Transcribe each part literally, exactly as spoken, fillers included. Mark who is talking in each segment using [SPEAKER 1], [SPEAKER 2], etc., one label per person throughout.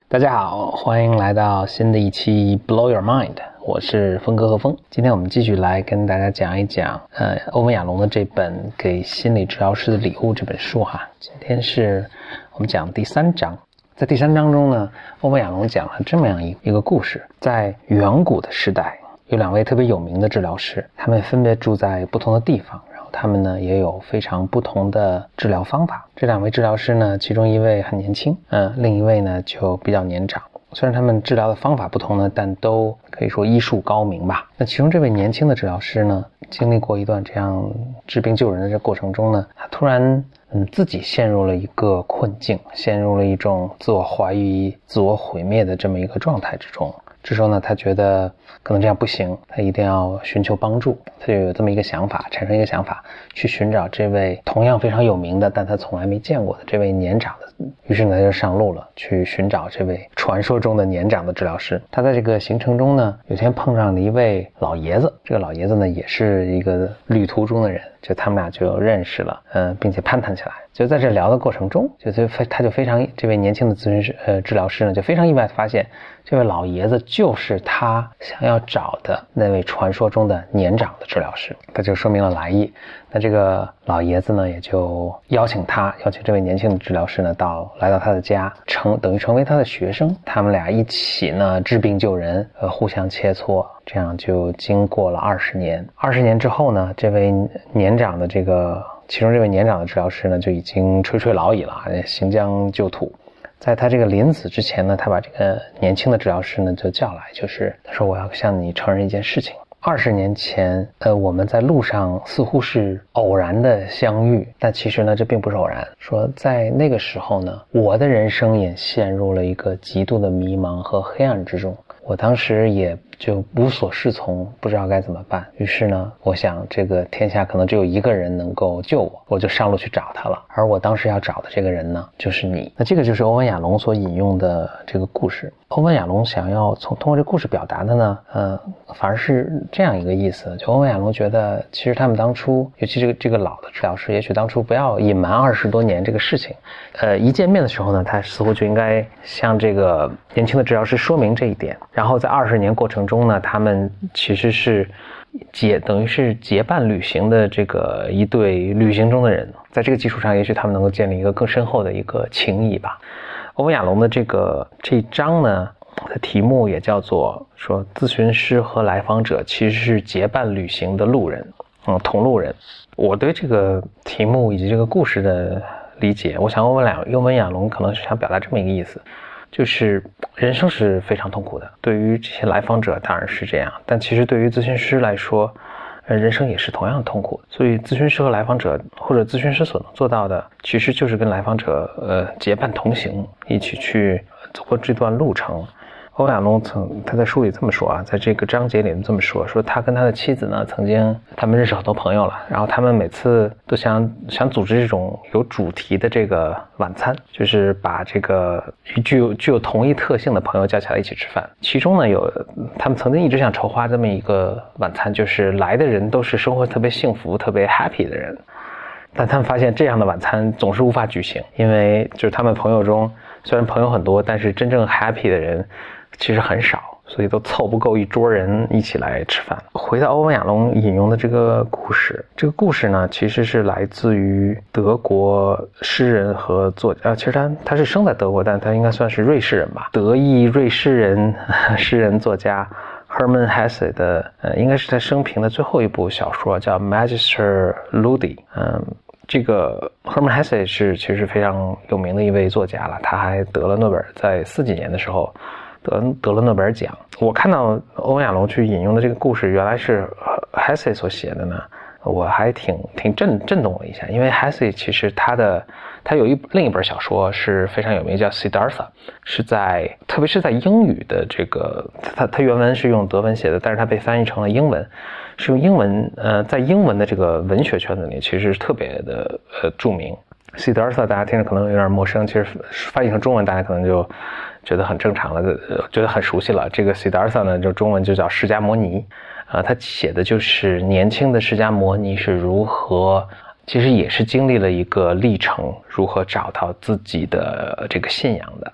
[SPEAKER 1] 大家好，欢迎来到新的一期 Blow Your Mind， 我是峰哥和峰。今天我们继续来跟大家讲一讲呃欧文亚龙的这本《给心理治疗师的礼物》这本书哈。今天是我们讲第三章，在第三章中呢，欧文亚龙讲了这么样一一个故事。在远古的时代，有两位特别有名的治疗师，他们分别住在不同的地方，然后他们呢也有非常不同的治疗方法。这两位治疗师呢，其中一位很年轻，嗯，另一位呢就比较年长。虽然他们治疗的方法不同呢，但都可以说医术高明吧。那其中这位年轻的治疗师呢，经历过一段这样治病救人的这过程中呢，他突然嗯自己陷入了一个困境，陷入了一种自我怀疑、自我毁灭的这么一个状态之中。这时候呢，他觉得可能这样不行，他一定要寻求帮助，他就有这么一个想法，产生一个想法，去寻找这位同样非常有名的，但他从来没见过的这位年长的。于是呢，他就上路了，去寻找这位传说中的年长的治疗师。他在这个行程中呢，有天碰上了一位老爷子，这个老爷子呢，也是一个旅途中的人，就他们俩就认识了，嗯，并且攀谈起来。就在这聊的过程中，就他就非常这位年轻的咨询师呃治疗师呢，就非常意外发现，这位老爷子就是他想要找的那位传说中的年长的治疗师。他就说明了来意。那这个老爷子呢，也就邀请他，邀请这位年轻的治疗师呢，到来到他的家，成等于成为他的学生。他们俩一起呢治病救人，呃，互相切磋，这样就经过了二十年。二十年之后呢，这位年长的这个。其中这位年长的治疗师呢，就已经垂垂老矣了，行将就土。在他这个临死之前呢，他把这个年轻的治疗师呢就叫来，就是他说我要向你承认一件事情。二十年前，呃，我们在路上似乎是偶然的相遇，但其实呢，这并不是偶然。说在那个时候呢，我的人生也陷入了一个极度的迷茫和黑暗之中。我当时也就无所适从，不知道该怎么办。于是呢，我想这个天下可能只有一个人能够救我，我就上路去找他了。而我当时要找的这个人呢，就是你。那这个就是欧文亚龙所引用的这个故事。欧文亚龙想要从通过这个故事表达的呢，呃，反而是这样一个意思。就欧文亚龙觉得，其实他们当初，尤其这个这个老的治疗师，也许当初不要隐瞒二十多年这个事情。呃，一见面的时候呢，他似乎就应该向这个年轻的治疗师说明这一点。然后在二十年过程中呢，他们其实是结等于是结伴旅行的这个一对旅行中的人，在这个基础上，也许他们能够建立一个更深厚的一个情谊吧。欧文亚龙的这个这一章呢，的题目也叫做说，咨询师和来访者其实是结伴旅行的路人，嗯，同路人。我对这个题目以及这个故事的理解，我想欧文亚欧文亚龙可能是想表达这么一个意思。就是人生是非常痛苦的，对于这些来访者当然是这样，但其实对于咨询师来说，呃，人生也是同样痛苦。所以咨询师和来访者，或者咨询师所能做到的，其实就是跟来访者呃结伴同行，一起去走过这段路程。欧文亚龙曾他在书里这么说啊，在这个章节里这么说，说他跟他的妻子呢，曾经他们认识很多朋友了，然后他们每次都想想组织这种有主题的这个晚餐，就是把这个具有具有同一特性的朋友叫起来一起吃饭。其中呢，有他们曾经一直想筹划这么一个晚餐，就是来的人都是生活特别幸福、特别 happy 的人。但他们发现这样的晚餐总是无法举行，因为就是他们朋友中虽然朋友很多，但是真正 happy 的人其实很少，所以都凑不够一桌人一起来吃饭。回到欧文亚龙引用的这个故事，这个故事呢，其实是来自于德国诗人和作家，呃，其实他他是生在德国，但他应该算是瑞士人吧，德裔瑞士人诗人作家Hermann Hesse 的，呃，应该是他生平的最后一部小说，叫 Magister Ludi。嗯，这个 Hermann Hesse 是其实非常有名的一位作家了，他还得了诺贝尔，在四几年的时候得得了诺贝尔奖。我看到欧文亚龙去引用的这个故事原来是 Hesse 所写的呢，我还挺挺震震动了一下，因为 Hesse 其实他的他有一另一本小说是非常有名，叫 Siddhartha， 是在特别是在英语的这个他他原文是用德文写的，但是他被翻译成了英文，是用英文呃在英文的这个文学圈子里其实是特别的呃著名。Siddhartha 大家听着可能有点陌生，其实翻译成中文大家可能就觉得很正常了，觉得很熟悉了。这个 Siddhartha 呢，就中文就叫释迦摩尼，呃，他写的就是年轻的释迦摩尼是如何，其实也是经历了一个历程，如何找到自己的这个信仰的。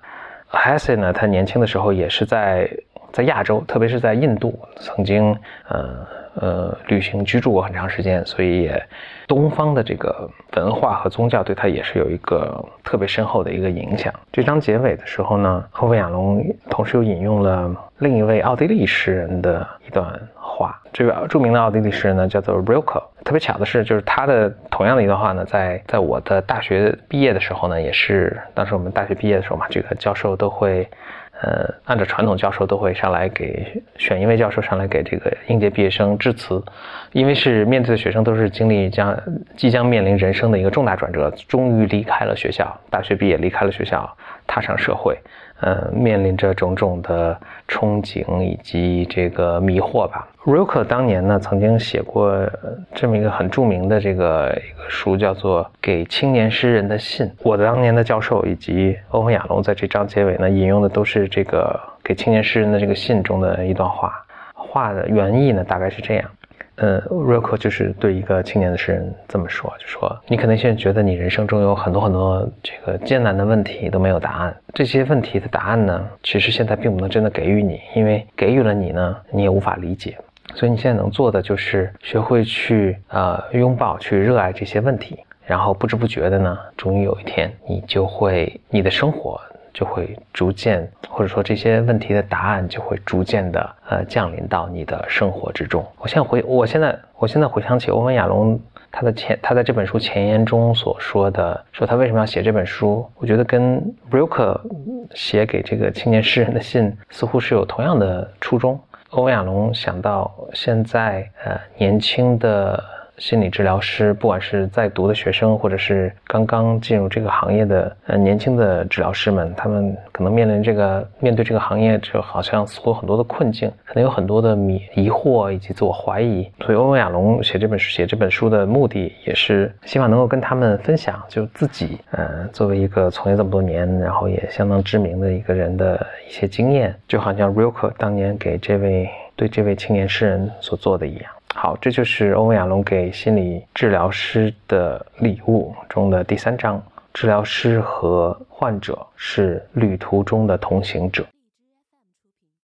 [SPEAKER 1] Hesse 呢，他年轻的时候也是在在亚洲，特别是在印度，曾经呃呃旅行居住过很长时间，所以也东方的这个文化和宗教对他也是有一个特别深厚的一个影响。这章结尾的时候呢，欧文亚龙同时又引用了另一位奥地利诗人的一段话。这位著名的奥地利诗人呢叫做 Rilke。特别巧的是，就是他的同样的一段话呢，在在我的大学毕业的时候呢，也是当时我们大学毕业的时候嘛，这个教授都会呃，按照传统，教授都会上来给选一位教授上来给这个应届毕业生致辞，因为是面对的学生都是经历将即将面临人生的一个重大转折，终于离开了学校，大学毕业离开了学校，踏上社会，呃，面临着种种的憧憬以及这个迷惑吧。Rilke 当年呢，曾经写过这么一个很著名的这个一个书，叫做《给青年诗人的信》。我的当年的教授以及欧文亚龙在这章结尾呢，引用的都是这个给青年诗人的这个信中的一段话。话的原意呢，大概是这样。呃 Rilke 就是对一个青年的诗人这么说，就说你可能现在觉得你人生中有很多很多这个艰难的问题都没有答案，这些问题的答案呢，其实现在并不能真的给予你，因为给予了你呢，你也无法理解。所以你现在能做的就是学会去呃拥抱去热爱这些问题，然后不知不觉的呢，终于有一天你就会你的生活就会逐渐，或者说这些问题的答案就会逐渐的呃降临到你的生活之中。我现在回我现在我现在回想起欧文亚龙他的前他在这本书前言中所说的，说他为什么要写这本书，我觉得跟 Rilke 写给这个青年诗人的信似乎是有同样的初衷。欧文亚龙想到现在呃年轻的心理治疗师，不管是在读的学生或者是刚刚进入这个行业的呃年轻的治疗师们，他们可能面临这个面对这个行业就好像似乎有很多的困境，可能有很多的迷疑惑以及自我怀疑。所以欧文亚龙写这本书写这本书的目的也是希望能够跟他们分享，就自己呃作为一个从业这么多年然后也相当知名的一个人的一些经验，就好像 Rilke 当年给这位对这位青年诗人所做的一样。好，这就是欧文亚龙给心理治疗师的礼物中的第三章，治疗师和患者是旅途中的同行者。